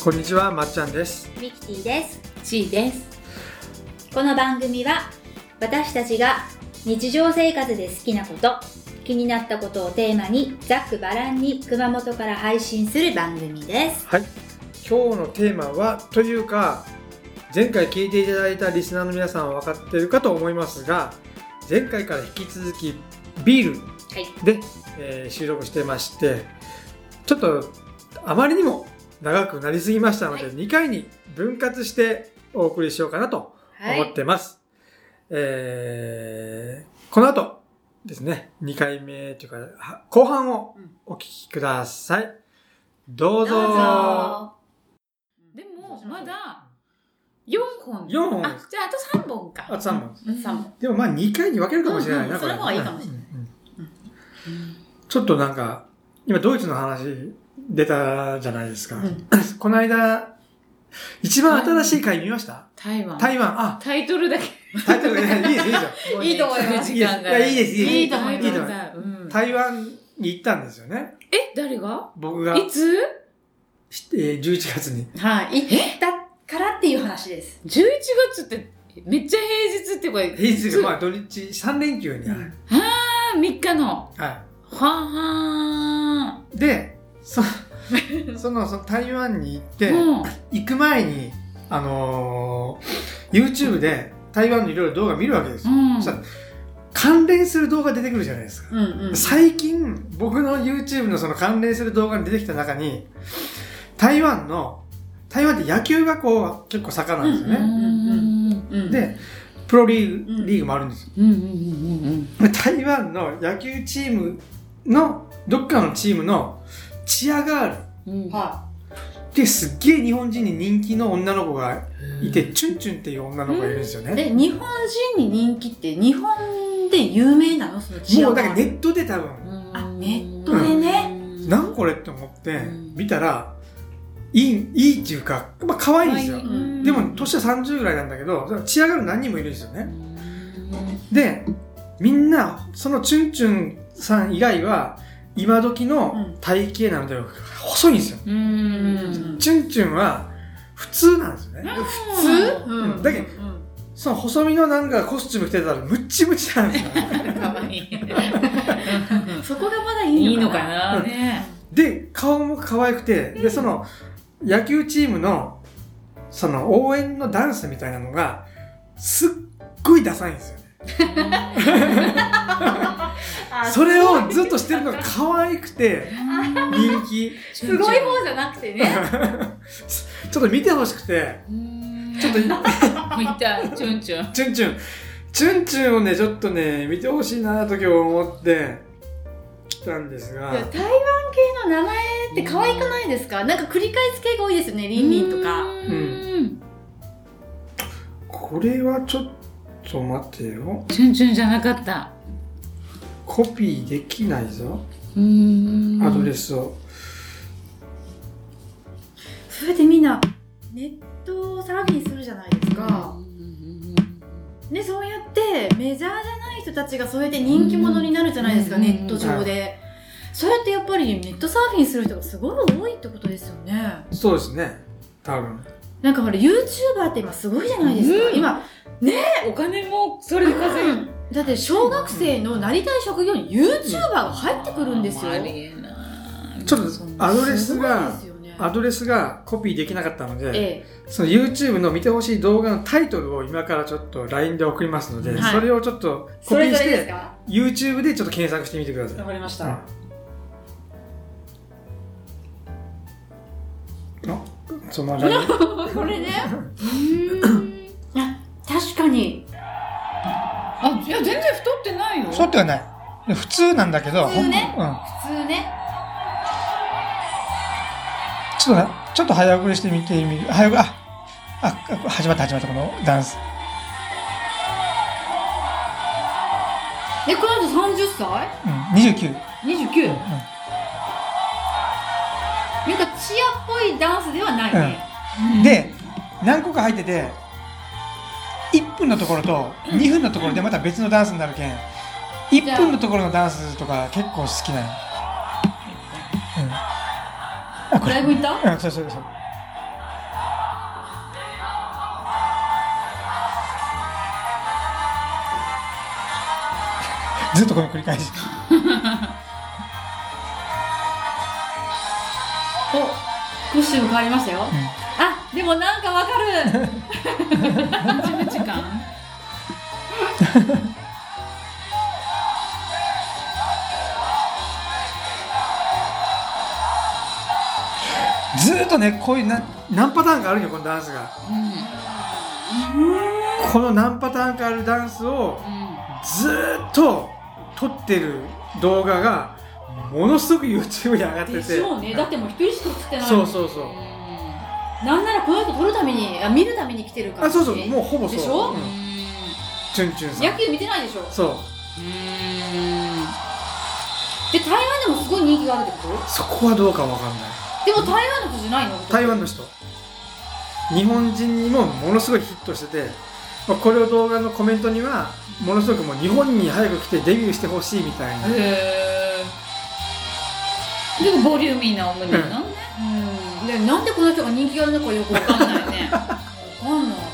こんにちは、まっちゃんです。 ミキティです。 ちーです。 この番組は私たちが日常生活で好きなこと、気になったことをテーマにざっくばらんに熊本から配信する番組です。 はい。今日のテーマはというか、前回聞いていただいたリスナーの皆さんは分かっているかと思いますが、前回から引き続きビールで、収録してまして、ちょっとあまりにも長くなりすぎましたので、2回に分割してお送りしようかなと思ってます。この後ですね、2回目というか後半をお聞きください。どうぞ。 でもまだ4本。 4本。 じゃああと3本か。 あと3本。 3本。 でもまあ2回に分けるかもしれないな、 その方がいいかもしれない。 ちょっとなんか、今ドイツの話出たじゃないですか。この間、一番新しい回見ました？ 台湾。タイトルだけ。 タイトルがいいです、いいですよ。 いいと思います。 いいです、 いいと思います。 台湾に行ったんですよね。 誰が？ 僕が。 いつ ？11月に。 はい、行ったからっていう話です。 11月ってめっちゃ平日ってこれ。 平日がまあ土日3連休にある。 3日の。 はい。 はー。で、その台湾に行って、行く前に、YouTube で台湾のいろいろ動画見るわけですよ。そしたら関連する動画出てくるじゃないですか。最近、僕の YouTube のその関連する動画に出てきた中に、台湾って野球がこう結構盛んなんですよね。で、プロリーグもあるんですよ。台湾の野球チームの、どっかのチームのチアガール。で、すっげえ日本人に人気の女の子がいて、チュンチュンっていう女の子がいるんですよね。 日本人に人気って日本で有名なの？そのチアガール。 もうだからネットで多分。 ネットでね。 なんこれって思って見たら、いいっていうか、まあ可愛いんですよ。でも年は30ぐらいなんだけど、チアガール何人もいるんですよね。で、みんな、そのチュンチュンさん以外は、今時の体型なので、細いんですよ。チュンチュンは、普通なんですよね。 普通？ だけど、その細身のなんかコスチューム着てたら、ムッチムチなんですよ。 かわいい。 そこがまだいいのかな。 で、顔も可愛くて、で、その、野球チームの、その応援のダンスみたいなのが、すっごいダサいんですよね。それをずっとしてるのが可愛くて、人気。 すごい方じゃなくてね。 ちょっと見てほしくて、ちょっと、 見た、チュンチュン。 チュンチュンをね、ちょっとね、見てほしいなと今日思って来たんですが。 台湾系の名前って可愛くないですか？なんか繰り返す系が多いですよね、リンリンとか。 これはちょっと待ってよ。 チュンチュンじゃなかった。 コピーできないぞ。アドレスを。 それでみんなネットサーフィンするじゃないですか。で、そうやってメジャーじゃない人たちがそうやって人気者になるじゃないですか、ネット上で。そうやってやっぱりネットサーフィンする人がすごい多いってことですよね。 そうですね。多分。 なんかほら YouTuber って今すごいじゃないですか。今ね、 お金もそれで稼ぐ。 だって小学生のなりたい職業に YouTuber が入ってくるんですよ。 ちょっとアドレスがコピーできなかったので、その YouTube の見てほしい動画のタイトルを今からちょっと LINE で送りますので、それをちょっとコピーして YouTube でちょっと検索してみてください。 わかりました。 その LINE これね。確かに。 いや全然太ってないよ。 太ってはない。普通なんだけど。 普通ね。普通ね。 ちょっと早送りしてみてみる。始まったこのダンス。 この後30歳 ？29。 29。なんかチアっぽいダンスではないね。 で、何個か入ってて、1分のところと2分のところでまた別のダンスになるけん、1分のところのダンスとか結構好きなの。 ライブ行った？ そう。 ずっとこの繰り返し。 お、コスチューム変わりましたよ。あ、でもなんかわかる。 何時間ずーっとね、こういう何パターンかあるよ、このダンスが。この何パターンかあるダンスをずーっと撮ってる動画がものすごく YouTube に上がってて。 でしょうね。だってもう一人しか映ってない。 そうそうそう。 なんならこの人撮るために、見るために来てるから。 あ、そうそう、もうほぼそう。 でしょ？ チュンチュンさん。 野球見てないでしょ？ そう。 で、台湾でもすごい人気があるってこと？ そこはどうかわかんない。 でも台湾の人じゃないの？ 台湾の人。日本人にもものすごいヒットしてて、これを動画のコメントにはものすごくもう日本に早く来てデビューしてほしいみたいな。 でもボリューミーなお胸なのね。 で、なんでこの人が人気があるのかよくわかんないね。わかんない。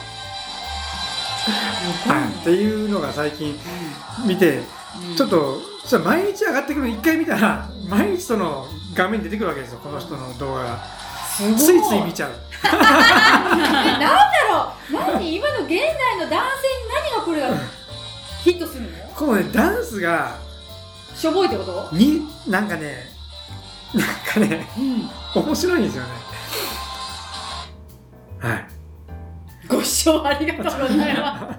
っていうのが最近見て、ちょっと毎日上がってくるの1回見たら毎日その画面に出てくるわけですよ、この人の動画が。ついつい見ちゃう。 なんだろう、何今の現代の男性に何がこれがヒットするの？ このね、ダンスがしょぼいってこと？ なんかね、面白いんですよね。はい。 ご視聴ありがとうございます。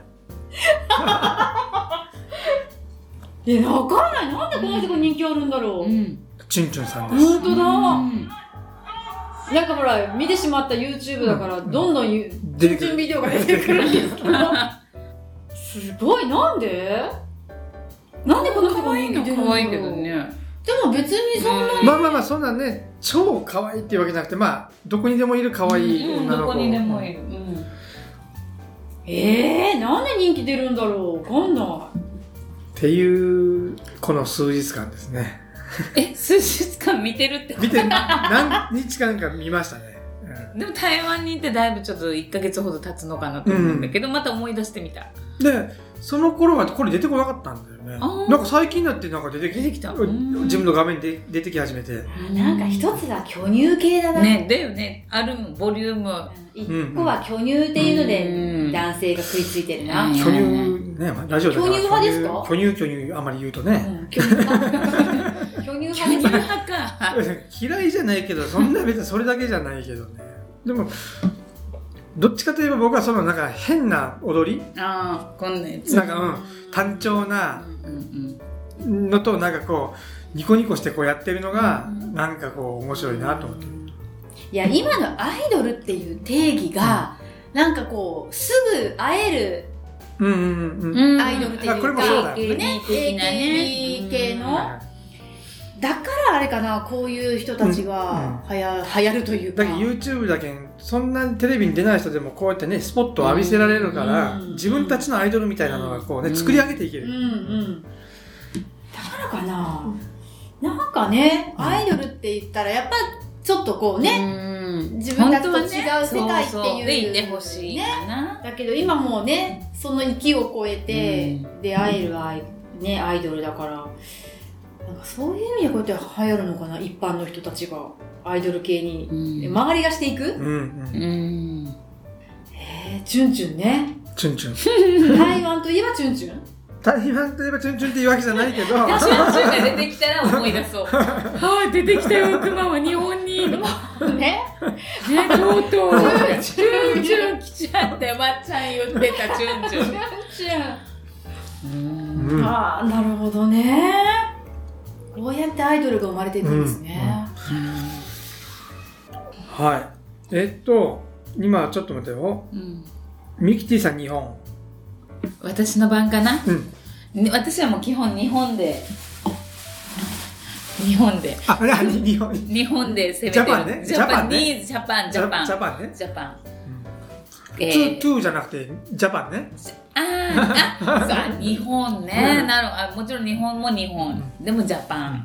わかんない。なんでこの人が人気あるんだろう。 チュンチュンさんです。 本当だ。なんかほら、見てしまった YouTube だから、どんどんチュンチュンビデオが出てくるんですけど。すごい、なんでこの人が人気出るんだろう。 可愛いけどね。 でも別にそんなに。 まあそんなね、超可愛いっていうわけじゃなくて、まあどこにでもいる可愛い女の子。 どこにでもいる。 なんで人気出るんだろう。わかんない。 っていうこの数日間ですね。 数日間見てるって。 見て何日間か見ましたね。 でも台湾に行ってだいぶちょっと1ヶ月ほど経つのかなと思うんだけど、また思い出してみた。 で、その頃はこれ出てこなかったんだよね。なんか最近になってなんか出てきた。自分の画面で出てき始めて。 なんか一つは巨乳系だな。 ね、だよね。あるボリューム。 一個は巨乳っていうので男性が食いついてるな。 巨乳ね、ラジオだから。 巨乳派ですか？ 巨乳あまり言うとね。 巨乳派。巨乳派か。 嫌いじゃないけど、そんな別にそれだけじゃないけどね。でもどっちかといえば僕はそのなんか変な踊り、 こんなやつなんか単調なのとなんかこうニコニコしてこうやってるのがなんかこう面白いなと思って。 いや、今のアイドルっていう定義がなんかこうすぐ会えるアイドルっていうか、 これもそうだよね、AKB 系の。だからあれかな、こういう人たちが流行るというか。 だけど YouTube だけそんなテレビに出ない人でもこうやってねスポットを浴びせられるから、自分たちのアイドルみたいなのがこうね、作り上げていける。だからかな、なんかね、アイドルって言ったらやっぱちょっとこうね、自分たちと違う世界っていうでいてほしいかな。 だけど今もうね、その域を超えて出会えるアイドルだから。なんかそういう意味でこうやって流行るのかな、一般の人たちがアイドル系に、周りがしていく。チュンチュンね。 チュンチュン。 台湾といえばチュンチュン。 台湾といえばチュンチュンっていうわけじゃないけど。チュンチュンが出てきたら思い出そう。出てきたよ、クマは日本に。ね。とうとう。チュンチュン来ちゃって、まっちゃん言ってたチュンチュン。 チュンチュン。なるほどね。こうやってアイドルが生まれていくんですね。 はい。今ちょっと待ってよ。ミキティさん日本。 私の番かな。私はもう基本日本で。日本で攻めてる。 ジャパンね。 ジャパンね。ジャパン。 ジャパンね。 ジャパン。 トゥーじゃなくてジャパンね。 そう、日本ね。もちろん日本も日本。でもジャパン。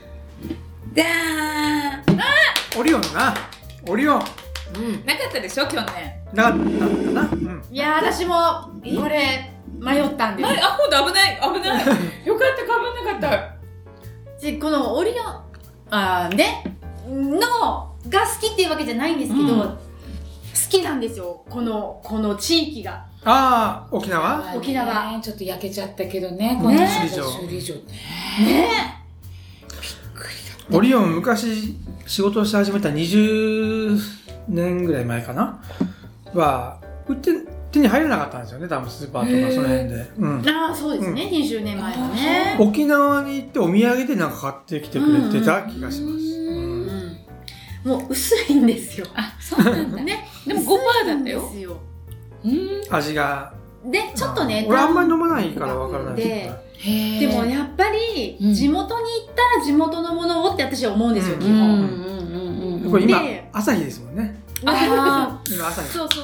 オリオンな。オリオン。なかったでしょ去年。 なかったな。 いや、私もこれ迷ったんです。 ほんと危ない。よかった、かぶかった。 でこのオリオンのが好きっていうわけじゃないんですけど、好きなんですよ、この地域が。 ああ、沖縄ちょっと焼けちゃったけどね、このね首里城ね。 オリオン昔仕事をし始めた20年ぐらい前かなは手に入らなかったんですよね、多分スーパーとかその辺で。 ああ、そうですね、20年前はね。 沖縄に行ってお土産でなんか買ってきてくれてた気がします。 もう薄いんですよ。 あ、そうなんだね。でも 5% だったよ。 味が。 で、ちょっとね、 俺あんまり飲まないからわからないでもやっぱり地元に行ったら地元のものをって私は思うんですよ、基本。 これ今朝日ですもんね。 今朝日。 そう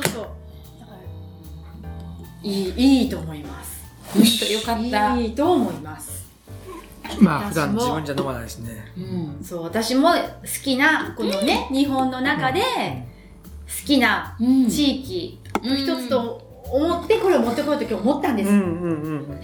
いいと思います。 よかった。 いいと思います。 まあ普段自分じゃ飲まないですね。 そう、私も好きなこのね、日本の中で好きな地域の一つと思ってこれを持ってこようと今日思ったんです。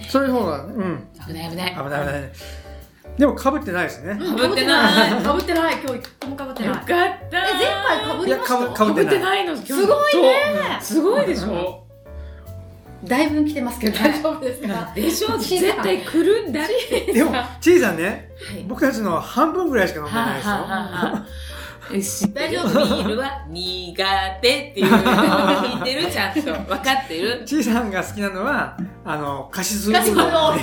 そういう方が危ない。 でも被ってないですね。 被ってない今日一個も被ってない。 よかった。前回被りました？ 被ってないの。 すごいね。 すごいでしょ。 だいぶ来てますけど大丈夫ですか？ でしょ、絶対来るんだって。 でもちいさんね、僕たちの半分ぐらいしか飲んでないですよ。 大丈夫。ビールは苦手っていうのを聞いてる、ちゃんと分かってる。 ちいさんが好きなのはカシスウ正解。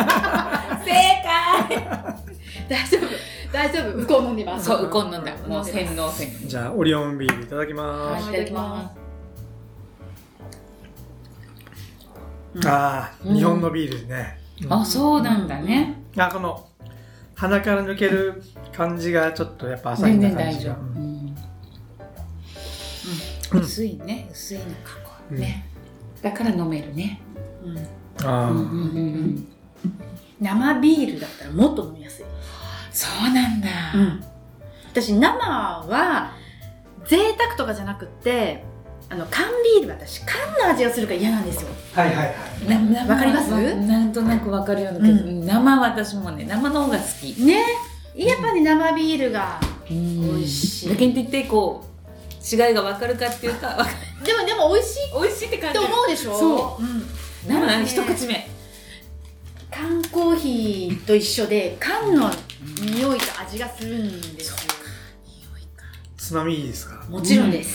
大丈夫。ウコン飲んでます。 そう、ウコン飲んだ。もう洗脳せん。 じゃあオリオンビールいただきます。 いただきます。 日本のビールですね。 あ、そうなんだね。 この鼻から抜ける感じがちょっとやっぱ浅いな感じが。 薄いね、薄いのかこね。だから飲めるね。 生ビールだったらもっと飲みやすい。 そうなんだ。 私生は贅沢とかじゃなくって缶ビール、私缶の味がするから嫌なんですよ。 はい。 わかります？ なんとなくわかるようなけど、生は私もね、生の方が好き。 ね、やっぱり生ビールが美味しい。 だけといってこう違いがわかるかっていうか、 でも美味しいって感じって思うでしょ。 そう。生一口目。 缶コーヒーと一緒で缶の匂いと味がするんですよ。 つまみいいですか？ もちろんです。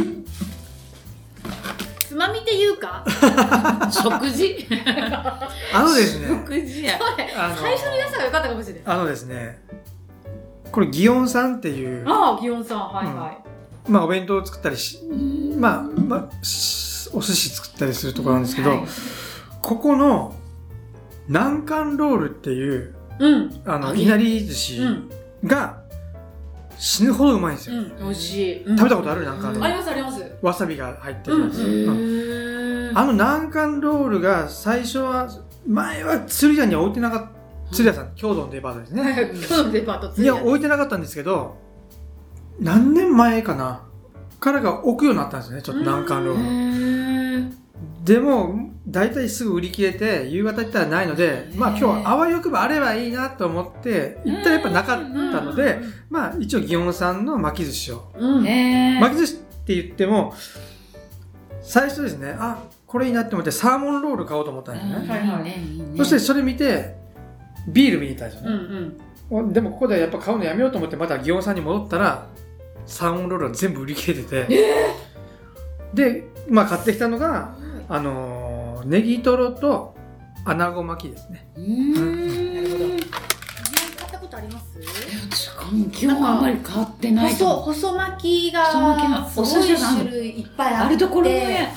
つまみっていうか食事ですね、 食事や。 最初の良さが良かったかもしれない。 ですね、これ祇園さんっていう、 祇園さん、はい、 お弁当を作ったりお寿司作ったりするところなんですけど、ここの南関ロールっていういなり寿司が死ぬほどうまいんですよ。 美味しい。 食べたことある？南関ロール。 あります。 わさびが入ってるやつ。南関ロールが最初は、前は鶴屋には置いてなかった。鶴屋さん、郷土のデパートですね。 郷土のデパート、鶴屋。 いや、置いてなかったんですけど、何年前かなからが置くようになったんですよね、ちょっと南関ロール。でも、大体すぐ売り切れて、夕方行ったらないので、今日はあわよくばあればいいなと思って、行ったらやっぱなかったので、一応祇園さんの巻き寿司を。巻き寿司って言っても、最初ですね、これいいなって思ってサーモンロール買おうと思ったんですね。そしてそれ見て、ビール見に行ったんですよね。でもここでやっぱ買うのやめようと思ってまた祇園さんに戻ったら、サーモンロールは全部売り切れてて、で、買ってきたのが、ネギトロと穴子巻きですね。 なるほど。買ったことあります？ 基本あんまり買ってない。 細巻きがお寿司種類いっぱいあって、 あるところね。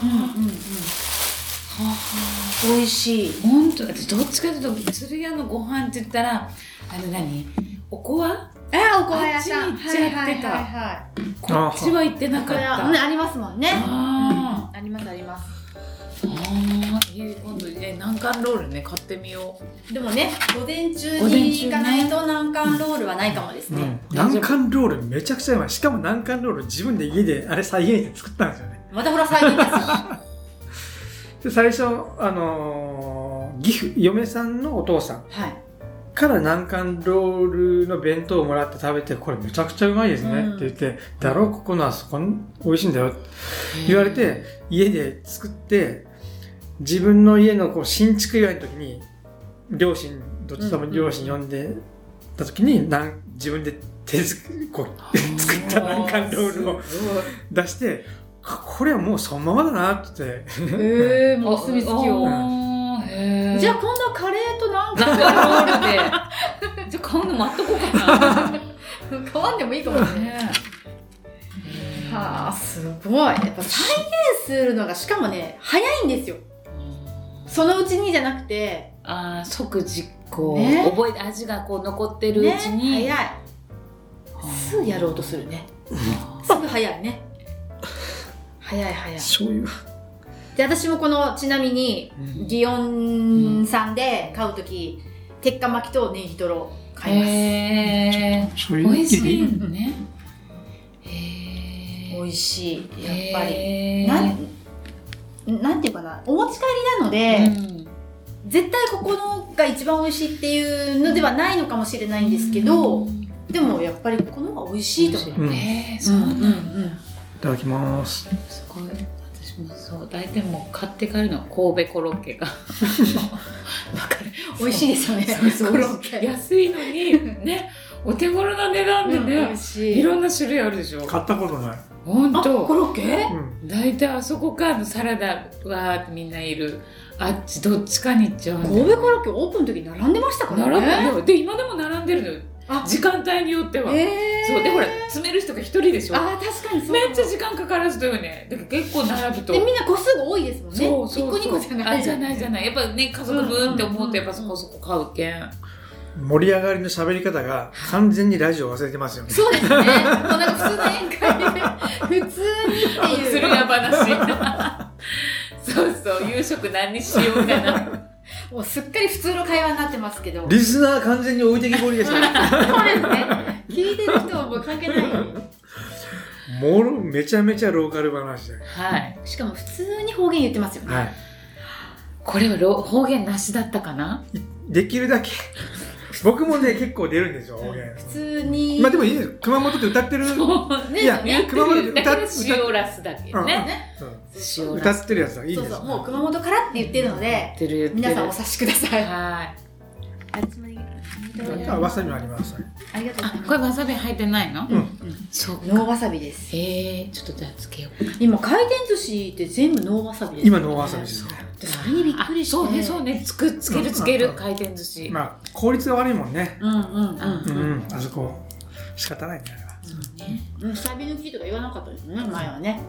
美味しい。 本当、私どっちかというと鶴屋のご飯って言ったらおこわ？ おこわ屋さん。 あっちに行っちゃってた。こっちは行ってなかった。 ありますもんね。あります。 今度南関ロールね買ってみよう。でもね、午前中に行かないと南関ロールはないかもですね。 南関ロールめちゃくちゃうまい。しかも南関ロール自分で家であれ再現して作ったんですよね。 またほら再現ですよ。 で最初岐阜嫁さんのお父さんから南関ロールの弁当をもらって食べて、これめちゃくちゃうまいですねって言って、だろここのあそこ美味しいんだよって言われて、家で作って、自分の家のこう新築祝いの時に、両親、どっちとも両親呼んでた時に、自分でこう作った南関ロールを出して、これはもうそのままだなって言って。 もうお墨付きを。じゃあ今度はカレーと南関ロールで。 じゃあ買うの待っとこうかな。 買わんでもいいかもね。はあ、すごい。やっぱ再現するのがしかもね、早いんですよ。そのうちにじゃなくて。 即実行。覚えて味がこう残ってるうちに。 早い。すぐやろうとするね。すぐ早いね。早い。 醤油。 で、私もちなみに、祇園さんで買うとき、鉄火巻きとネギトロ買います。 美味しいのね。 美味しい。やっぱり。なんていうかな、お持ち帰りなので、絶対ここのが一番美味しいっていうのではないのかもしれないんですけど、でもやっぱりこの方が美味しいと思う。 そうなんだ。 いただきます。 すごい。私もそう。大体もう買って帰るの神戸コロッケが。わかる。 美味しいですよね。 コロッケ。安いのに、ね、お手頃な値段でね、いろんな種類あるでしょ。 買ったことない。 ほんと。 コロッケ？ 大体あそこかサラダわーってみんないる。あっちどっちかに行っちゃうんだよね。 神戸コロッケオープンの時並んでましたからね。 並んで、で、今でも並んでるのよ。時間帯によっては。そうでほら詰める人が一人でしょ。 確かにそう。 めっちゃ時間かからずとよね。だから結構並ぶと。 でみんな個数が多いですもんね。 そう 1個2個じゃない。 じゃない。やっぱね家族分って思うとやっぱそこそこ買うけん。 盛り上がりの喋り方が完全にラジオ忘れてますよね。 そうですね。もうなんか普通の宴会で普通にっていう。 鶴屋話。そう夕食何にしようかな。 もうすっかり普通の会話になってますけど。 リスナー完全に置いてきぼりですね。 そうですね。聞いてる人はもう関係ない。 めちゃめちゃローカル話で。 はい。しかも普通に方言言ってますよね。はい。 これは方言なしだったかな？ できるだけ。僕もね、結構出るんですよ、方言。 普通に。 まあでもいいです。熊本で歌ってる。 そうね。 いや、熊本で歌ってる。塩ラスだけどね。 歌ってるやつはいいです。 そうもう熊本からって言ってるので、皆さんお察しください。 はい。 わさびもあります。 ありがとうございます。 これわさび入ってないの？ そう。ノーわさびです。 ちょっとじゃあつけよう。 今回転寿司って全部ノーわさびです。 今ノーわさびですね。 それにびっくりして。 そうね。つける回転寿司。 まあ効率が悪いもんね。あそこ仕方ないんだよ。 サビ抜きとか言わなかったですね、前はね。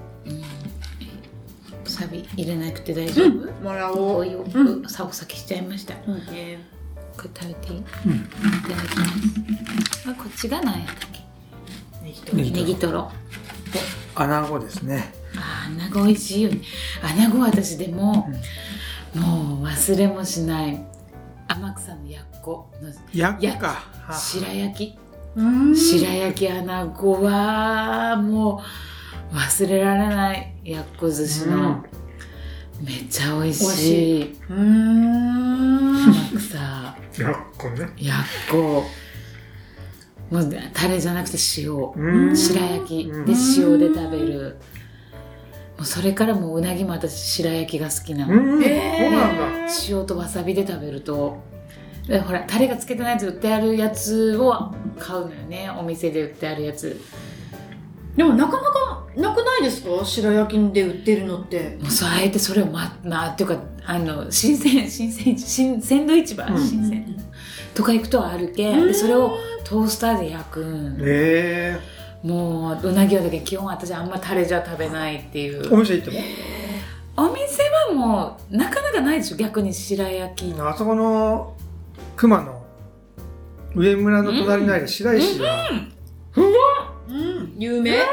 サビ入れなくて大丈夫？ もらおう。 お湯をさお先しちゃいました。これ食べていい？いただきます。こっちが何やったっけ？ネギトロ。 穴子ですね。 穴子美味しいよね。穴子私でももう忘れもしない天草のやっこの白焼き。白焼き穴子はもう忘れられないやっこ寿司のめっちゃ美味しい。天草やっこね。 やっこもうタレじゃなくて塩、白焼きで塩で食べる。もうそれからもううなぎも私白焼きが好きなの。 そうなんだ。 塩とわさびで食べると。ほらタレがつけてないやつ売ってあるやつを買うのよね、お店で売ってあるやつ。 でもなかなかなくないですか、白焼きで売ってるのって。 もうそうあえてそれをっていうか新鮮鮮度市場、新鮮とか行くとあるけんで、それをトースターで焼くん。もううなぎはだけ基本私あんまタレじゃ食べないっていう。 お店行ってもお店はもうなかなかないでしょ、逆に白焼き。 あそこの熊野上村の隣の間、白石は有名？ い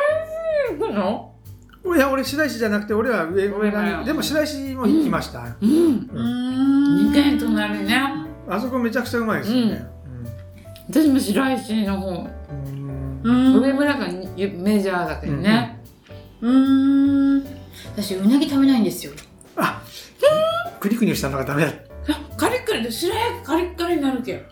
や、俺白石じゃなくて俺は上村に。でも白石も行きました。 2軒隣ね。 あそこめちゃくちゃうまいですよね。 私も白石の方、上村がメジャーだけどね。 私うなぎ食べないんですよ。 クリクリしたのがダメだ。 カリカリで白焼きカリカリになるけん。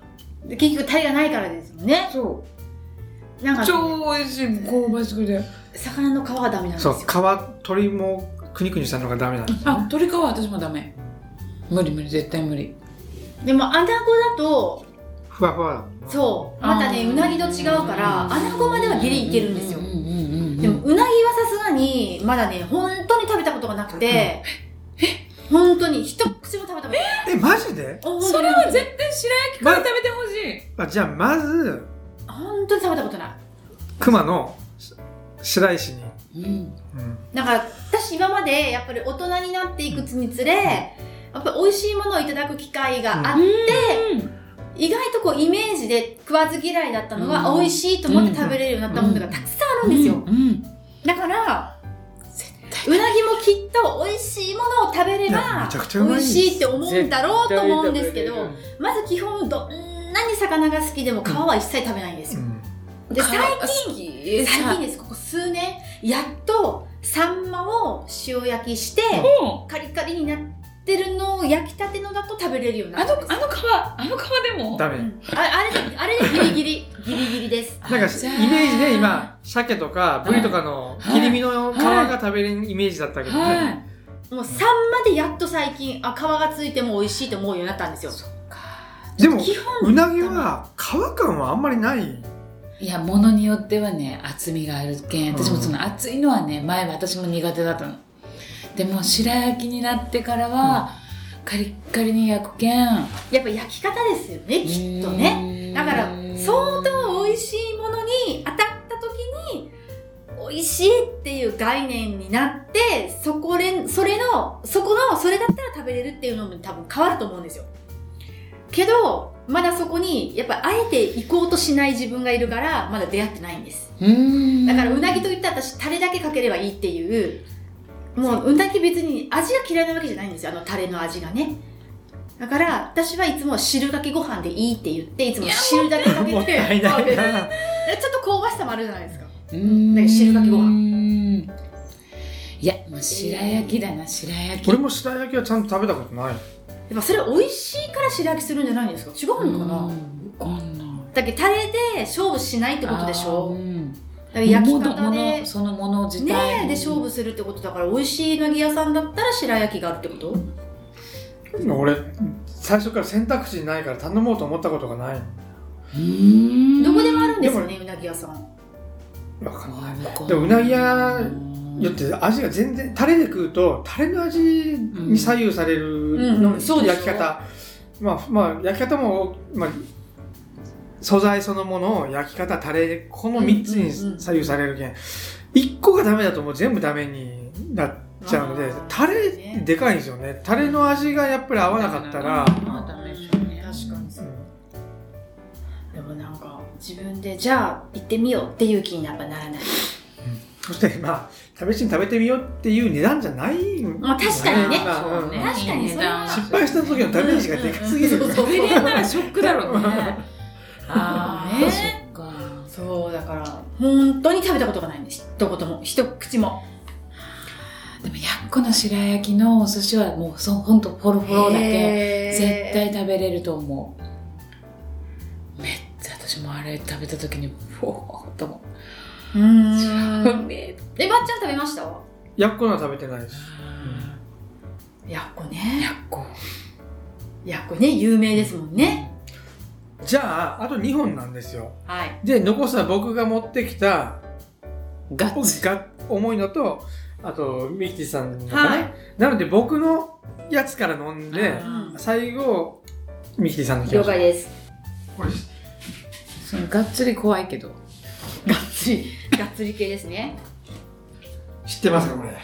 で結局タレがないからですよね。 そうなんか超美味しい、香ばしくて。 魚の皮がダメなんですよ。 そう、鶏もくにくにしたのがダメなんですよ、ね。 鶏皮は私もダメ。無理無理、絶対無理。 でもアナゴだとふわふわだもんな。 そうまたねうなぎと違うからアナゴまではギリいけるんですよ。でもうなぎはさすがにまだね本当に食べたことがなくて、本当に一口も食べたことない。 マジで？ それは絶対白焼きから食べてほしい。 じゃあまず本当に食べたことない。 熊の白石に、 だから私今までやっぱり大人になっていくにつれ、やっぱり美味しいものをいただく機会があって、意外とこうイメージで食わず嫌いだったのが美味しいと思って食べれるようになったものがたくさんあるんですよ。だからうなぎもきっと美味しいものを食べれば美味しいって思うんだろうと思うんですけど、まず基本どんなに魚が好きでも皮は一切食べないんですよ。で最近です、ここ数年やっとサンマを塩焼きしてカリカリになってるのを焼きたてのだと食べれるようになったんです。 あの皮でもダメ。 あれでギリギリです。 なんかイメージで今鮭とかブリとかの切り身の皮が食べれるイメージだったけどね。 もうサンマでやっと最近皮がついても美味しいと思うようになったんですよ。 でもうなぎは皮感はあんまりない。 いや、ものによってはね、厚みがあるけん。私もその厚いのはね、前は私も苦手だったの。でも白焼きになってからは、カリッカリに焼くけん。 やっぱ焼き方ですよね、きっとね。だから相当美味しいものに当たった時に美味しいっていう概念になって、それだったら食べれるっていうのも多分変わると思うんですよ。けどまだそこにやっぱあえて行こうとしない自分がいるからまだ出会ってないんです。だからうなぎといったら私タレだけかければいいっていう、もううなぎ別に味が嫌いなわけじゃないんですよ、あのタレの味がね。だから私はいつも汁かけご飯でいいって言って、いつも汁だけかけてもったいないな。 ちょっと香ばしさもあるじゃないですか。汁かけご飯。 いや、もう白焼きだな、白焼き。 俺も白焼きはちゃんと食べたことない。 やっぱそれ美味しいから白焼きするんじゃないんですか？違うのかな？だけどタレで勝負しないってことでしょ？だから焼き方でそのもの自体で勝負するってことだから、美味しいうなぎ屋さんだったら白焼きがあるってこと？ 俺最初から選択肢ないから頼もうと思ったことがない。 どこでもあるんですよね、うなぎ屋さん。 わかんない。でもうなぎ屋よって味が全然、タレで食うとタレの味に左右される焼き方、まあ焼き方も、素材そのもの、焼き方、タレ、この3つに左右されるけん、1個がダメだともう全部ダメになっちゃうので、タレでかいんですよね。タレの味がやっぱり合わなかったら、 確かにそう。でもなんか自分でじゃあ行ってみようっていう気にやっぱならない。 そして試しに食べてみようっていう値段じゃない。 確かにね。確かにそれは失敗した時のダメージがでかすぎる。 食べれんならショックだろうね。 ね。そうだから本当に食べたことがないんです。一言も一口も。 でもやっこの白焼きのお寿司はもうほんとポロポロだけ絶対食べれると思う。めっちゃ私もあれ食べた時にフォーっと思う。 ばっちゃん食べました？ やっこのは食べてないです。 やっこね。やっこね、有名ですもんね。 じゃああと2本なんですよ。 はい。 で残すは僕が持ってきた重いのと、あとミキティさんのかな、なので僕のやつから飲んで、最後ミキティさんの了解です。 これそのがっつり怖いけどがっつり系ですね。 知ってますかこれ？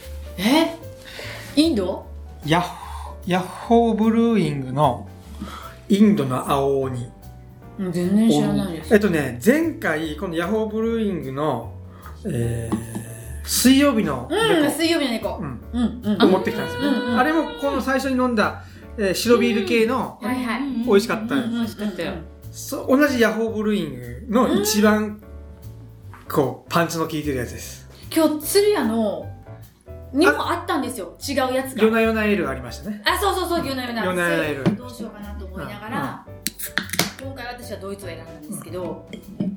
インド？ ヤッホーブルーイングのインドの青鬼。 全然知らないです。 前回このヤッホーブルーイングの、水曜日の猫、 水曜日の猫を持ってきたんですよ。あれもこの最初に飲んだ、白ビール系の美味しかったんです。 美味しかったよ。 同じヤッホーブルーイングの一番パンチの効いてるやつです。 今日鶴屋のにもあったんですよ、違うやつが。 夜な夜なエールありましたね。 そう夜な夜なエールどうしようかなと思いながら、 今回私はドイツを選んだんですけど、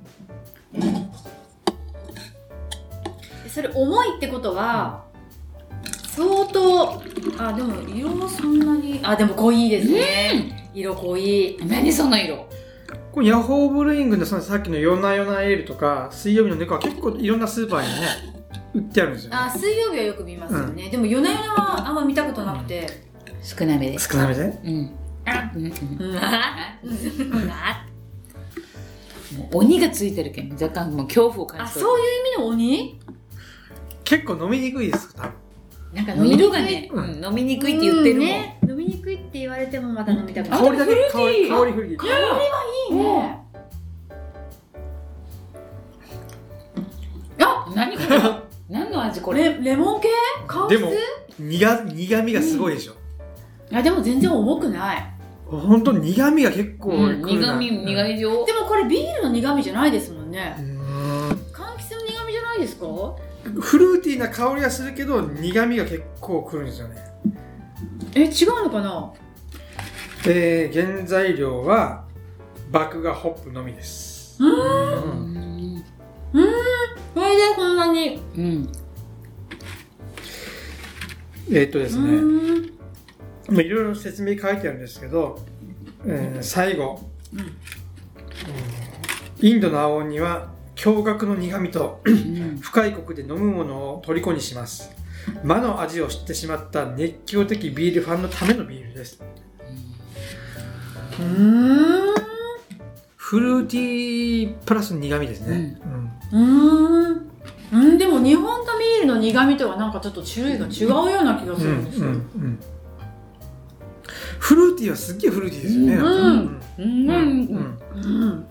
それ重いってことは、相当、でも色もそんなに、でも濃いですね。色濃い。 何その色？ これヤホーブルーイングのさっきのヨナヨナエールとか水曜日の猫は結構いろんなスーパーにね売ってあるんですよね。 水曜日はよく見ますよね。でも夜な夜なはあんま見たことなくて、 少なめです。 少なめで？ もう鬼がついてるけん若干もう恐怖を感じてる。 そういう意味の鬼？ 結構飲みにくいです多分。 なんか色がね、飲みにくいって言ってるもん。 ね、飲みにくいって言われてもまた飲みたくない。 香りだけ香りはいいね。 何これ？何の味これ？ レモン系？柑で橘？ も苦味がすごいでしょ。 でも全然重くない。 本当に苦味が結構苦いよ。 でもこれビールの苦味じゃないですもんね。柑橘の苦味じゃないですか？ フルーティーな香りがするけど苦味が結構くるんですよね。 違うのかな？ 原材料は麦芽ホップのみです。 それでこんなに。 ですね。いろいろ説明書いてあるんですけど、最後、インドの青鬼は驚愕の苦味と深いコクで飲むものを虜にします。魔の味を知ってしまった熱狂的ビールファンのためのビールです。フルーティープラス苦味ですね。 でも日本のビールの苦味とはなんかちょっと種類が違うような気がするんですよ。 フルーティーはすっげえフルーティーですよね。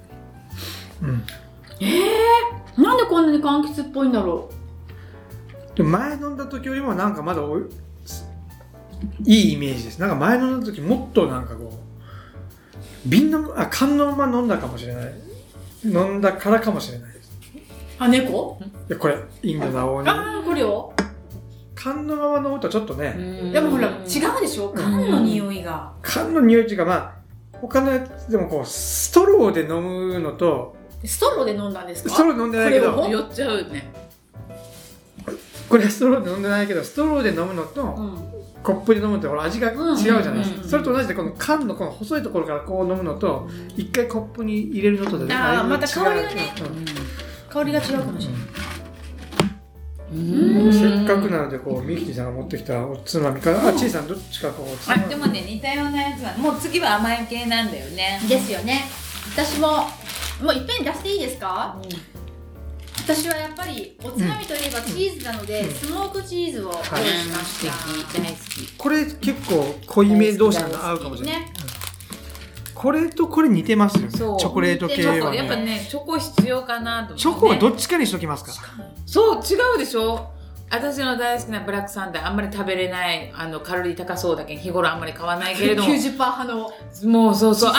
なんでこんなに柑橘っぽいんだろう。で前飲んだ時よりもなんかまだいいイメージです。なんか前飲んだ時もっとなんかこう缶のまま飲んだかもしれない。飲んだからかもしれないです。 猫？ これインドの青鬼。 これを缶のまま飲むとちょっとね。 でもほら違うでしょ、缶の匂いが。 缶の匂いっていうか他のやつでもこうストローで飲むのと。 ストローで飲んだんですか？ ストローで飲んでないけど。 酔っちゃうね。 これストローで飲んでないけど、ストローで飲むのと、コップで飲むと味が違うじゃないですか。それと同じでこの缶のこの細いところからこう飲むのと、一回コップに入れるのとでまた香りがね、香りが違うかもしれない。 せっかくなのでミキティさんが持ってきたおつまみからちいさんどっちかでもね似たようなやつはもう次は甘い系なんだよね。 ですよね。私もういっぺんに出していいですか？私はやっぱりおつまみといえばチーズなので、スモークチーズを用意しました。 大好き。 これ結構濃いめ同士が合うかもしれない。これとこれ似てますよね。チョコレート系はね。 やっぱねチョコ必要かなと思って。 チョコはどっちかにしときますか？ そう違うでしょ。私の大好きなブラックサンダーあんまり食べれないカロリー高そうだけど日頃あんまり買わないけれども 90% 派のもうそう 80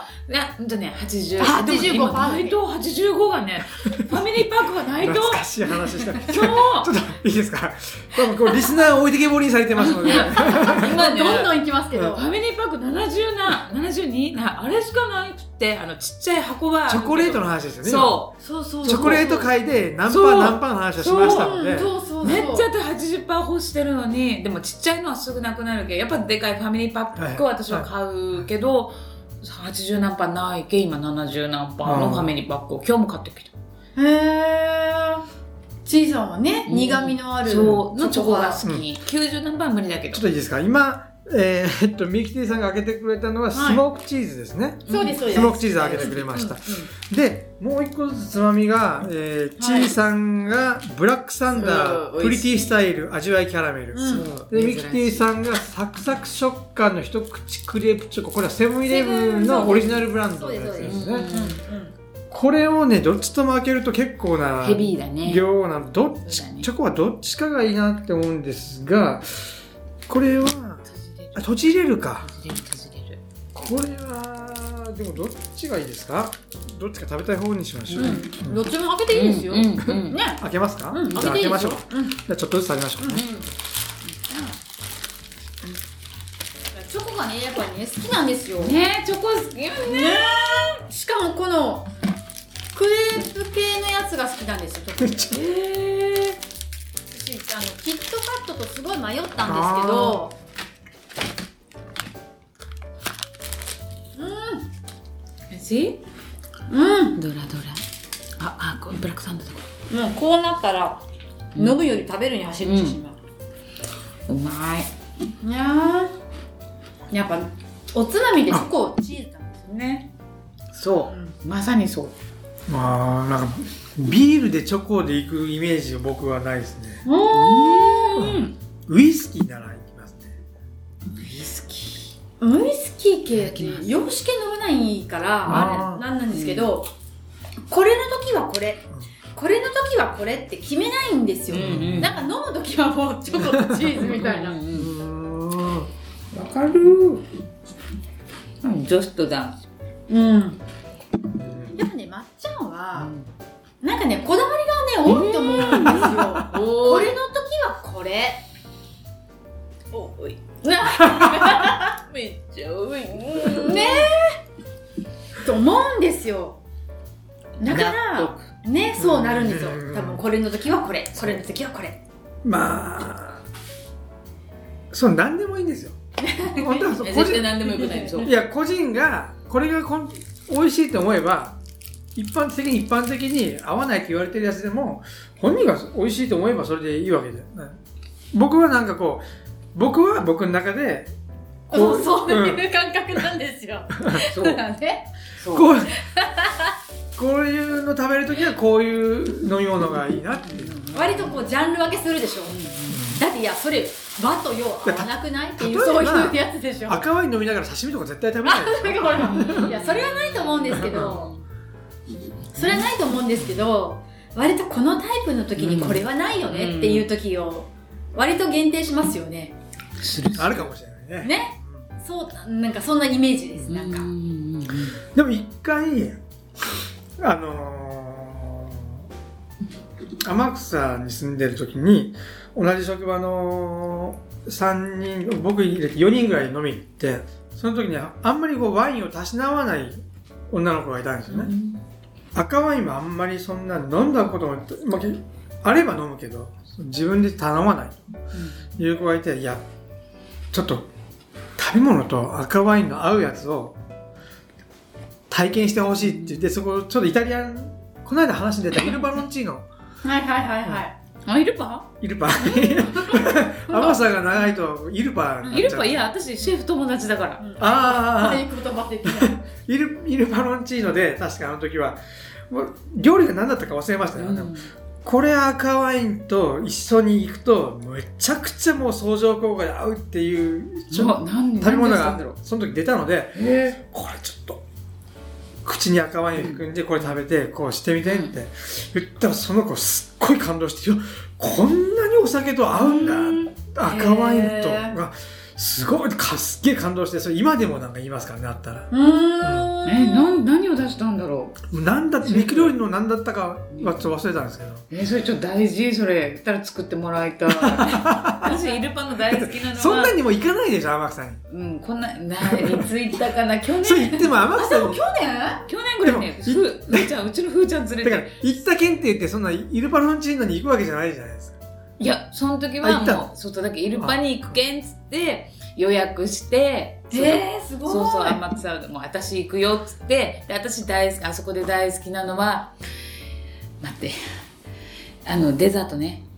今内藤85がねファミリーパークが内藤懐かしい話した今日ちょっといいですか？リスナー置いてけぼりにされてますので今ねどんどんいきますけどファミリーパーク72あれしかないってちっちゃい箱はチョコレートの話ですよね。 そうチョコレート界で何パーの話をしましたのでめっちゃ80%欲してるのにでもちっちゃいのはすぐなくなるけどやっぱでかいファミリーパックは私は買うけど、80何パーないけ今70何パーのファミリーパックを今日も買ってきた。 ちいさんはね、苦味のあるチョコが好き、90何パー無理だけど。 ちょっといいですか？今ミキティさんが開けてくれたのはスモークチーズですね。 そうですそうです。 スモークチーズを開けてくれました。でもう一個ずつつまみがちいさんがブラックサンダープリティスタイル味わいキャラメルでミキティさんがサクサク食感の一口クレープチョコ。これはセブンイレブンのオリジナルブランドのやつですね。これをねどっちとも開けると結構なヘビーだね。 量なチョコはどっちかがいいなって思うんですが、これは閉じれるか。これはでもどっちがいいですか？どっちか食べたい方にしましょう。 どっちも開けていいですよ。ね。 開けますか？じゃあ開けましょう。じゃあちょっとずつ開けましょうね。 チョコがねやっぱね好きなんですよね。チョコ好きよね。 しかもこのクレープ系のやつが好きなんですよ。私キットカットとすごい迷ったんですけど、 おいしい？ うん、 どら。これブラックサンドとか。 もうこうなったら飲むより食べるに走ってしまう。 うまい。 いややっぱおつまみでチョコチーズなんですよね。 そう、まさにそう。 まあなんかビールでチョコでいくイメージが僕はないですね。ウイスキーならいきますね。 ウイスキー系って洋酒系飲めないからあれなんですけど、これの時はこれ、これの時はこれって決めないんですよ。なんか飲む時はもうチョコとチーズみたいな。 わかる。ジョストだ。 やっぱね、まっちゃんは、なんかね、こだわりがね、多いと思うんですよ。これの時はこれ。 おい。めっちゃ多い。 ねと思うんですよ。だからね、そうなるんですよ。多分これの時はこれ、これの時はこれ。 まあそう何でもいいんですよ。本当はそう絶対何でもよくないでしょ。 いや個人がこれが美味しいと思えば一般的に合わないって言われてるやつでも本人が美味しいと思えばそれでいいわけで、僕はなんかこう僕は僕の中でそういう感覚なんですよ。 そうだね。 こういうの食べるときはこういう飲み物がいいなっていう。 割とこうジャンル分けするでしょ。だっていやそれ和と洋合わなくないっていうそういうやつでしょ。 赤ワイン飲みながら刺身とか絶対食べないでしょ。 いやそれはないと思うんですけど、それはないと思うんですけど、割とこのタイプの時にこれはないよねっていう時を割と限定しますよね。 あるかもしれないね。 ね、そうなんかそんなイメージです。なんかでも一回天草に住んでる時に同じ職場の3人僕入れて4人ぐらい飲みに行って、その時にあんまりこうワインをたしなわない女の子がいたんですよね。赤ワインもあんまりそんな飲んだことも、あれば飲むけど自分で頼まないという子がいて、いやちょっと食べ物と赤ワインの合うやつを体験してほしいって言って、そこちょっとイタリアンこの間話に出たイルバロンチーノあ、イルパ甘さが長いとイルパイルパ、いや私シェフ友達だから。 ああ、いい言葉的なイルバロンチーノで確かあの時はもう料理が何だったか忘れましたよ、これ赤ワインと一緒に行くとめちゃくちゃもう相乗効果で合うっていう食べ物がその時出たので、これちょっと口に赤ワインを含んでこれ食べてこうしてみてって言ったら、その子すっごい感動して、こんなにお酒と合うんだ、赤ワインとがすごいすっげえ感動して、それ今でもなんか言いますからね、あったら。 何を出したんだろう。 肉料理の何だったかはちょっと忘れたんですけど。 それちょっと大事。それ言ったら作ってもらいたい。私イルパの大好きなのはそんなにも行かないでしょ、天草に。 こんな、いつ行ったかな、去年。 そう言っても天草に。 去年ぐらいね、うちのふーちゃん連れて。 だから、行った県って言って、そんなイルパロンチーノに行くわけじゃないじゃないですか。 いや、その時はもう、外だけイルパに行くけんつって、予約して、 すごい。 そう、天草でもう私行くよっつって、で、私大好き、あそこで大好きなのは、待って、デザートね。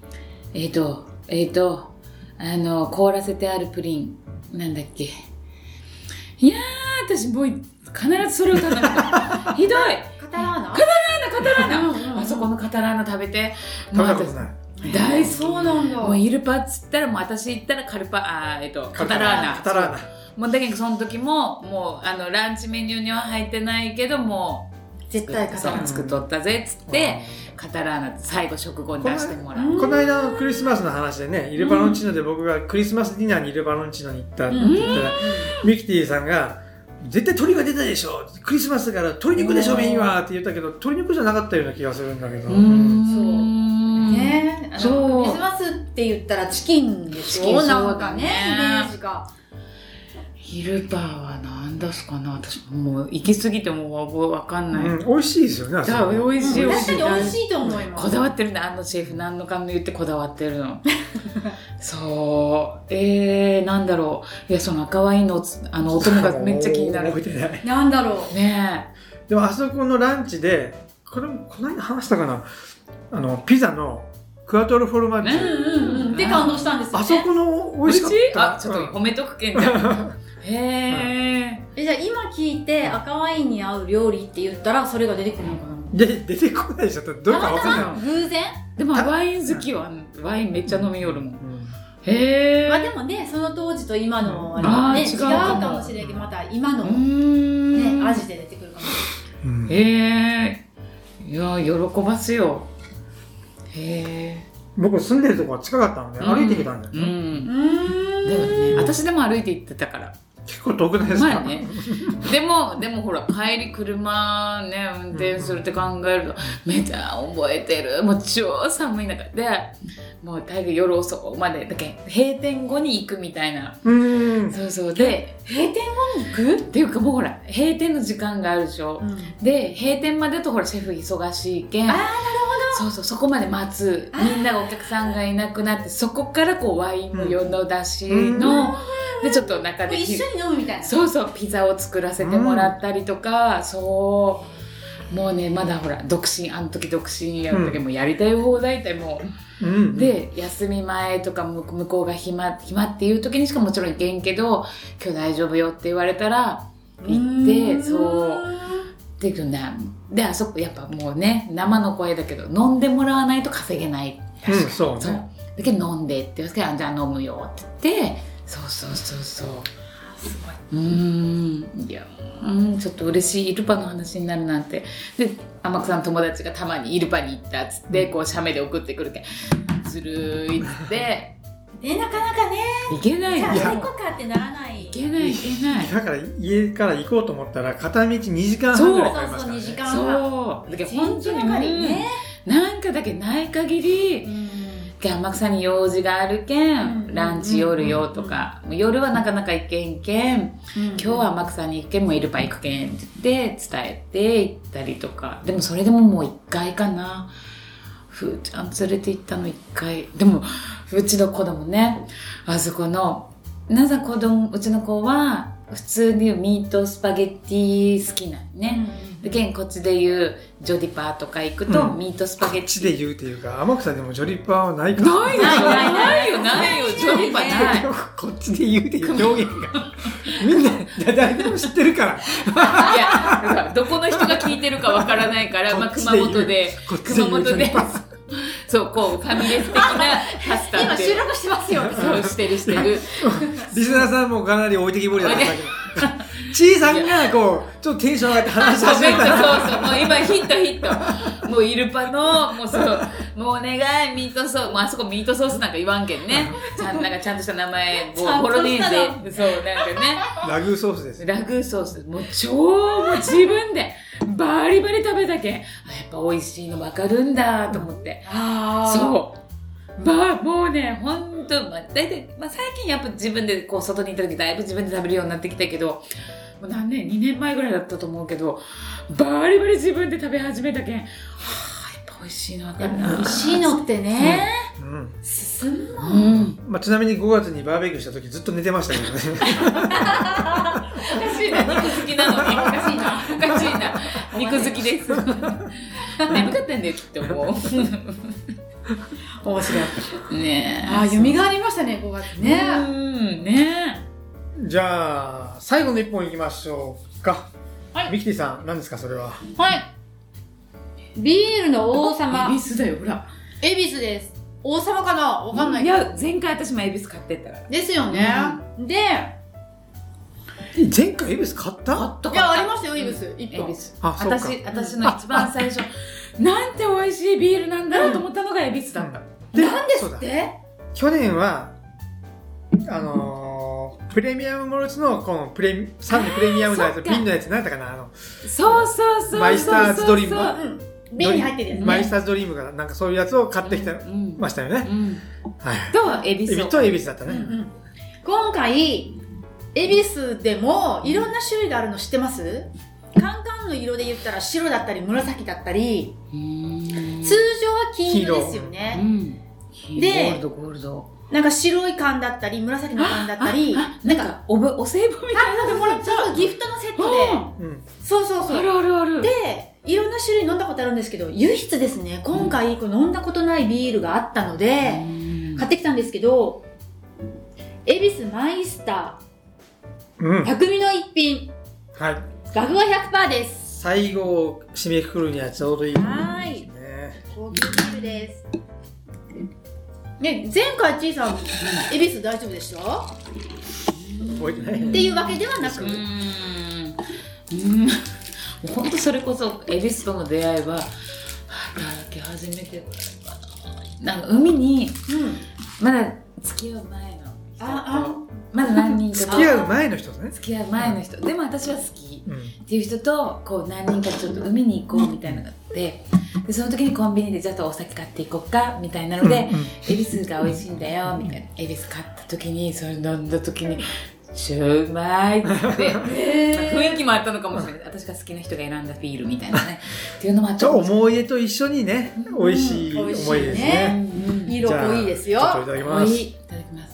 凍らせてあるプリン。なんだっけ。いやー、私もう必ずそれを頼む。ひどい。 カタラーナ。 あそこのカタラーナ食べて。 食べたことない。 大好き。 そうなんだ。 もうイルパっつったら、もう私行ったらカタラーナ。もうだけどその時も、もうランチメニューには入ってないけども、 絶対カタラーナ作っとったぜっつって、カタラーナ最後食後に出してもらう。 この間のクリスマスの話でね、イルバロンチーノで僕がクリスマスディナーにイルバロンチーノに行ったって言ったら、ミキティさんが絶対鳥が出たでしょ、クリスマスだから鶏肉でしょメインはって言ったけど、鶏肉じゃなかったような気がするんだけど。 そうね、クリスマスって言ったらチキンでしょ、なんかね、イメージが。 イルバーは何出すかな。私もう行き過ぎてもわかんない。 美味しいですよね。 美味しい美味しい。 確かに美味しいと思います。 こだわってるんだ、シェフ何のかんの言ってこだわってるの。そう。なんだろう。いや、その赤ワインのお供がめっちゃ気になる。 なんだろう。 ねでもあそこのランチで、これもこの間話したかな、ピザのクワトロフォルマッジ。 で感動したんですよね。 あそこの美味しかった。 ちょっと褒めとくけんじゃん。 じゃあ今聞いて赤ワインに合う料理って言ったらそれが出てくるのかな。 出てこないでしょ。どれかわかんない。 偶然？ でもワイン好きはワインめっちゃ飲みよるもん。 まあでもね、その当時と今のあれね、違うかもしれないけど、また今のね味で出てくるかもしれない。 いや喜ばすよ。 僕住んでるとこは近かったので歩いてきたんだよね。 でもね、私でも歩いて行ってたから。 結構遠くないですか？ まあね。でもほら帰り車ね運転するって考えるとめちゃ覚えてる。もう超寒い中で、もう大概夜遅くまでだけ閉店後に行くみたいな。そうそうで閉店後に行くっていうかもうほら閉店の時間があるでしょ。で閉店までとほらシェフ忙しいけん。 なるほど。そうそこまで待つ。みんながお客さんがいなくなってそこからこうワインの夜の出しの。でちょっと中で一緒に飲むみたいな。 そうピザを作らせてもらったりとか、そうもうねまだほら独身あの時独身やる時もやりたい放題ってもう、で休み前とか向こうが暇っていう時にしかもちろん行けんけど今日大丈夫よって言われたら行ってそうっていうね。であそこやっぱもうね生の声だけど飲んでもらわないと稼げない。 そうね。 だけど飲んでって言われてじゃあ飲むよって言って。そうすごいいやちょっと嬉しいイルパの話になるなんて。で天草の友達がたまにイルパに行ったっつってこう写メで送ってくるけんずるいっつってなかなかね行けないじゃあ最高かってならない。 行けないだから家から行こうと思ったら片道2時間半ぐらいかかりましたね。 2時間半。 そうだけど本当になんかだけない限り天草に用事があるけん、ランチ夜よとか、夜はなかなか行けんけん、今日は天草に行くけんもうイルパ行くけんって言って伝えて行ったりとか。でもそれでももう1回かな。ふーちゃん連れて行ったの1回。でもうちの子供ね、あそこのなぜうちの子は普通にミートスパゲッティ好きなんね。でけんこっちで言うジョディパーとか行くと、ミートスパゲッティ。 こっちで言うっていうか天草でもジョディパーはないかないよジョディパーない。 こっちで言うっていう表現がみんな誰でも知ってるから。 いやどこの人が聞いてるかわからないから、熊本でそうこうファミレス的なパスタって今収録してますよ。 そうしてるリスナーさんもかなり置いてきぼりだったけどちいさんがこうちょっとテンション上がって話し始めたらそうもう今ヒットもうイルパのもうお願いミートソース、あそこミートソースなんか言わんけんね。ちゃんとした名前ボロネーゼそうなんかねラグーソースです。 ラグーソースもう自分でバリバリ食べたけんやっぱ美味しいの分かるんだと思って。そうもうねほんと大体最近やっぱ自分でこう外に行った時だいぶ自分で食べるようになってきたけどもう何年2年前ぐらいだったと思うけどバリバリ自分で食べ始めたけんやっぱ美味しいの分かるな。 美味しいのってね、進むもん。 ちなみに5月にバーベキューした時ずっと寝てましたけどね。 おかしいな肉好きなのにおかしいな肉好きです。眠かったんだよきっともう。 面白いねえ。蘇りましたね5月ね。 ねじゃあ最後の1本いきましょうか。ミキティさん何ですかそれは。 ビールの王様。 恵比寿だよほら。 恵比寿です。王様かなわかんないけど。 いや前回私も恵比寿買ってったから。 ですよね。で前回恵比寿買った？ いやありましたよ恵比寿1本。 私の一番最初なんて美味しいビールなんだろうと思ったのが恵比寿だった。 なんですって？ 去年はプレミアムモルツのこのサンデープレミアムのやつ瓶のやつ何だったかなそうマイスターズドリーム瓶に入ってるやつね。 マイスターズドリームがなんかそういうやつを買ってきてましたよね。 と恵比寿と恵比寿だったね。 今回恵比寿でもいろんな種類があるの知ってます？カンカンの色で言ったら白だったり紫だったり、通常は金色ですよね。で、 ゴールド。 なんか白い缶だったり紫の缶だったり、 なんかお歳暮みたいなのもらっちゃうギフトのセットで、そうそうそう。 ある。 で、いろんな種類飲んだことあるんですけど、唯一ですね、今回飲んだことないビールがあったので、買ってきたんですけど、恵比寿マイスター、匠の一品。 はい。 ラグは 100% です。 最後を締めくくるにはちょうどいいですね。 はい。高級ビールです。ね、前回ちいさん、恵比寿大丈夫でした？ 覚えてない。 っていうわけではなく、 本当それこそ恵比寿との出会いは働き始めてぐらいかな。なんか海に、まだ付き合う前の人、まだ何人か付き合う前の人ですね。 付き合う前の人、でも私は好きっていう人とこう何人かちょっと海に行こうみたいなのがあって、でその時にコンビニでちょっとお酒買っていこうかみたいなので、恵比寿が美味しいんだよみたいな、恵比寿買った時にそれ飲んだ時に超うまいって雰囲気もあったのかもしれない。私が好きな人が選んだビールみたいなねっていうのもあった。 思い出と一緒にね、美味しい思い出ですね。 色濃いですよ。 ちょっといただきます。 いただきます。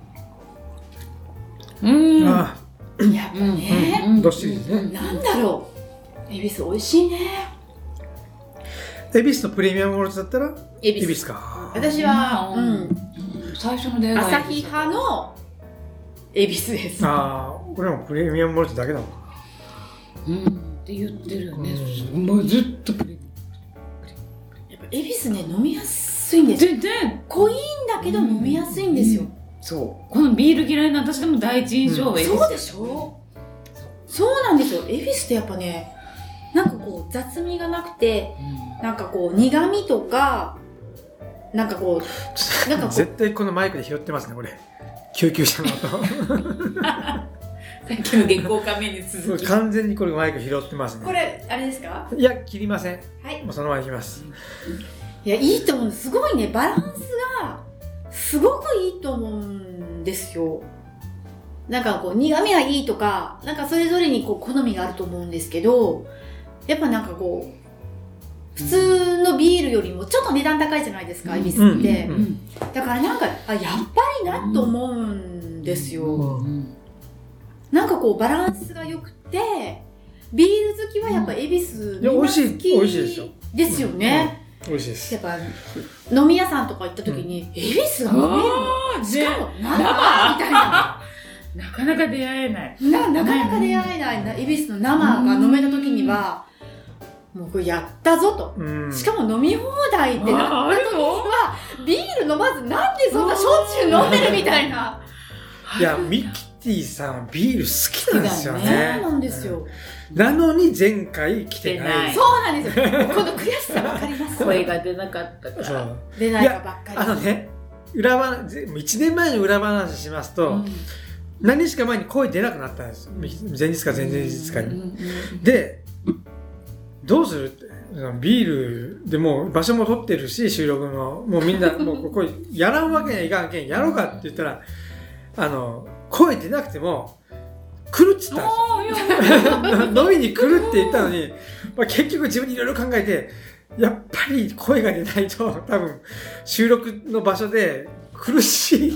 やっぱね、 どっしりですね。 なんだろう、恵比寿美味しいね。 恵比寿のプレミアムモルツだったら恵比寿か。 私は最初の出会い朝日派の恵比寿です。 これもプレミアムモルツだけだもん。 って言ってるよね。もうずっとプレミアム。 やっぱ恵比寿ね、飲みやすいんですよ。濃いんだけど飲みやすいんですよ。 そう、このビール嫌いな私でも第一印象は恵比寿。 そうでしょ。そうなんですよ。恵比寿ってやっぱね、なんかこう雑味がなくて、なんかこう苦味とか、なんかこう絶対このマイクで拾ってますね、これ。救急車の音。 さっきの月光仮面に続き。 完全にこれマイク拾ってますね。 これあれですか？ いや、切りません。 はい。 もうそのままいきます。 いや、いいと思うんです。すごいね、バランスがすごくいいと思うんですよ。なんかこう苦味がいいとか、なんかそれぞれにこう好みがあると思うんですけど、やっぱなんかこう普通のビールよりもちょっと値段高いじゃないですか、恵比寿って。だからなんかやっぱりなと思うんですよ。なんかこうバランスが良くて、ビール好きはやっぱ恵比寿みんな好きですよね。 美味しいです。 やっぱ飲み屋さんとか行った時に、恵比寿が飲めるの、しかも生みたいな。 なかなか出会えない。 なかなか出会えない恵比寿の生が飲めた時には、もうこれやったぞと。しかも飲み放題ってなった時には、ビール飲まずなんでそんなしょっちゅう飲んでるみたいな。 いや、ミキティさんビール好きなんですよね。 そうなんですよ。 なのに前回来てない。 そうなんですよ。この悔しさわかります。 声が出なかったから。 出ないかばっかり。 ね、1年前の裏話しますと、何日か前に声出なくなったんです。前日か前々日かに。で、どうするって。ビールでもう場所も取ってるし、収録の。もうみんな、もうここやらんわけにはいかんけん、やろうかって言ったら、声出なくても、来るっつったんですよ。飲みに来るって言ったのに、結局自分にいろいろ考えて、やっぱり声が出ないと多分収録の場所で苦しい。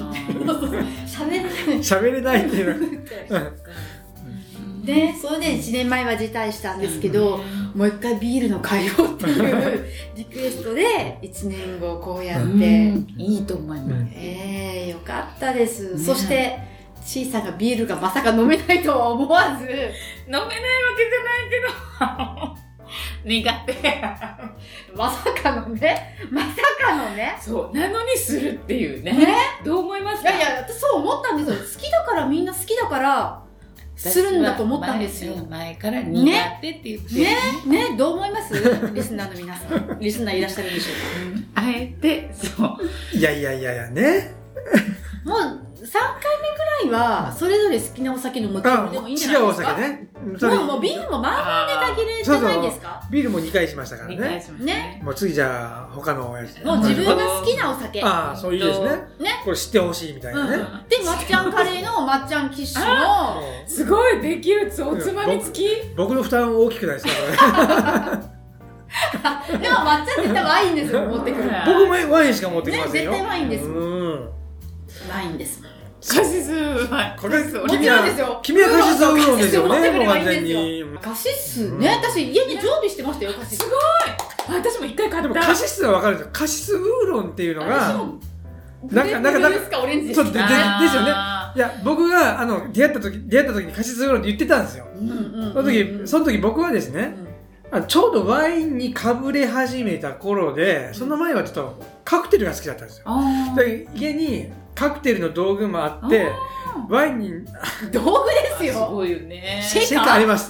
喋れないっていうの。 で、それで1年前は辞退したんですけど、もう一回ビールの会をっていうリクエストで1年後こうやって。 いいと思います。 よかったです。そして、ちいさんがビールがまさか飲めないとは思わず。飲めないわけじゃないけど。苦手。まさかのね。 そう。なのにするっていうね。どう思いますか？ いや、私そう思ったんですよ。好きだからみんな好きだから、するんだと思ったんですよ。 前から苦手って言ってね、どう思います？リスナーの皆さん。リスナーいらっしゃるでしょうか？ あえて、そう。 いやね。 もう、 目ぐらいはそれぞれ好きなお酒の持ち寄りでもいいんじゃないですか。 違うお酒ね。 もうビールもまあまあネタ切れじゃないですか。 ビールも2回しましたから 2回ね。 しましたね。 もう次じゃあ他のやつ。 もう自分が好きなお酒。 ああ、そういいですね。これ知ってほしいみたいなね。 で、まっちゃんカレーのまっちゃんキッシュのすごいできるおつまみ付き。 僕の負担大きくないですか？ でもまっちゃん絶対ワインですよ、持ってくる。 僕もワインしか持ってきませんよ。 絶対ワインです。ワインです。カシスはこれもちろんですよ。 君はカシスウーロンですよね、もう完全に。 カシスね、私家に常備してましたよ、カシス。 すごい。私も一回買った。 でもカシスは分かるんですよ。カシスウーロンっていうのがなんかですか、オレンジですか。 ですよね。いや、僕が出会った時にカシスウーロンって言ってたんですよ。その時僕はですね、ちょうどワインにかぶれ始めた頃で、その前はちょっとカクテルが好きだったんですよ。で家にカクテルの道具もあって、ワインに道具ですよ。 すごいよね。 シェイカーあります。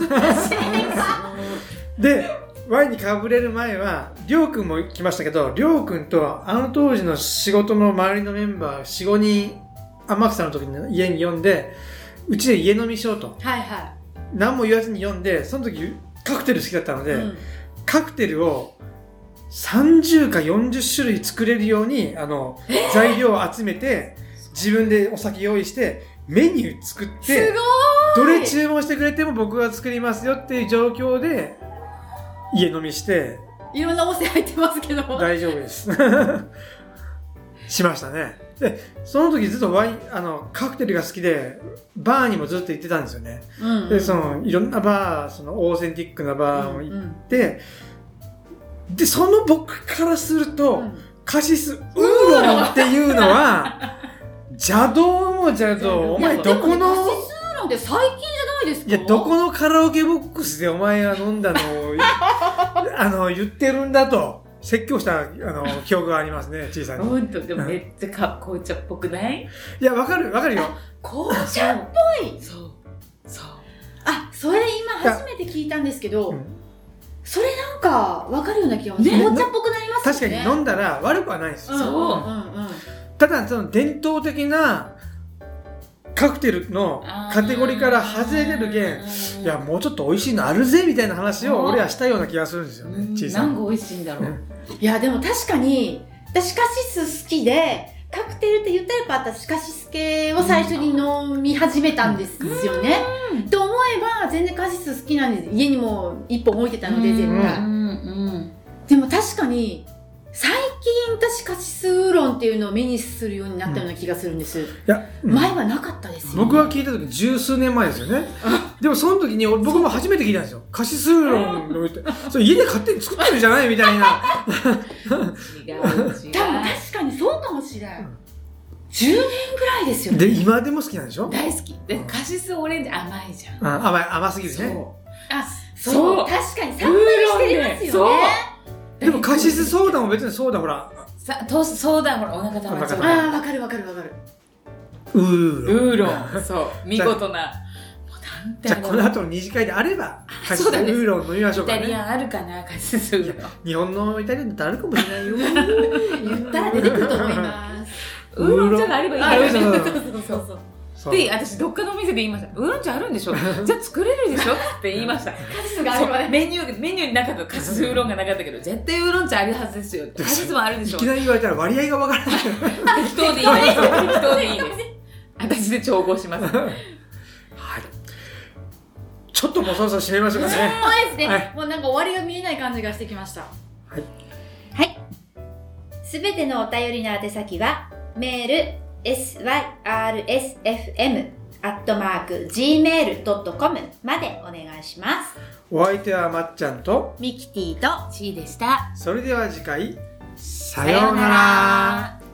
でワインにかぶれる前はりょうくんも来ましたけど、りょうくんと当時の仕事の周りのメンバー 4,5 人天草の時に家に呼んで、うちで家飲みしようと、何も言わずに呼んで、その時カクテル好きだったので、カクテルを30か40種類作れるように材料を集めて、自分でお酒用意してメニュー作って、どれ注文してくれても僕が作りますよっていう状況で家飲みして、 いろんなお世入ってますけど大丈夫ですしましたね。でその時ずっとワインカクテルが好きでバーにもずっと行ってたんですよね。でいろんなバー、オーセンティックなバーも行って、でその僕からすると、カシスウーロンっていうのは邪道も邪道。お前どこのカシスウーロンって最近じゃないですか。 いや、どこのカラオケボックスでお前が飲んだのを言ってるんだと説教した記憶がありますね、小さい。 本当でもめっちゃ紅茶っぽくない？ いや、わかるよ。 紅茶っぽい。 そう。 それ今初めて聞いたんですけど、それなんかわかるような気がする。紅茶っぽくなりますよね。 確かに飲んだら悪くはないですよ。 そうただその伝統的なカクテルのカテゴリーから外れるけん、いやもうちょっと美味しいのあるぜみたいな話を俺はしたような気がするんですよね。小さい。 何が美味しいんだろう。 いやでも確かに私カシス好きで、カクテルって言ったらやっぱ私カシス系を最初に飲み始めたんですよね。と思えば全然カシス好きなんです。家にも1本置いてたので絶対。でも確かに最近私カシスウーロンっていうのを目にするようになったような気がするんです。前はなかったですよね。 僕が聞いた時十数年前ですよね。でもその時に僕も初めて聞いたんですよ。カシスウーロンのってそれ家で勝手に作ってるじゃないみたいな。 違う。 多分確かにそうかもしれん。10年ぐらいですよね。 で今でも好きなんでしょ。 大好き。でカシスオレンジ甘いじゃん。 甘すぎるね。 そう確かにさっぱりしてますよね。 でもカシスソーダも別にソーダほらソーダほらお腹溜まっちゃう。 わかる。 ウーロン。そう見事な。 じゃあこの後の二次会であればカシスウーロン飲みましょうかね。 イタリアンあるかな、カシスウーロン。 日本のイタリアンだったらあるかもしれないよ。 言ったら出てくると思います。 ウーロン茶があればいいからね。 そうで、私どっかのお店で言いました。ウーロン茶あるんでしょ？じゃあ作れるでしょって言いました。 カシスがあればね。 メニューになかったカシスウーロンがなかったけど、絶対ウーロン茶あるはずですよ。カシスもあるでしょ。 いきなり言われたら割合がわからない。 適当でいいです。適当でいいです。私で調合します。はい。 ちょっともうそろそろ締めましょうかね。 そうですね。もうなんか終わりが見えない感じがしてきました。 はい。 すべてのお便りの宛先はメールsyrsfm@gmail.com までお願いします。 お相手はまっちゃんとミキティとチーでした。 それでは次回さようなら。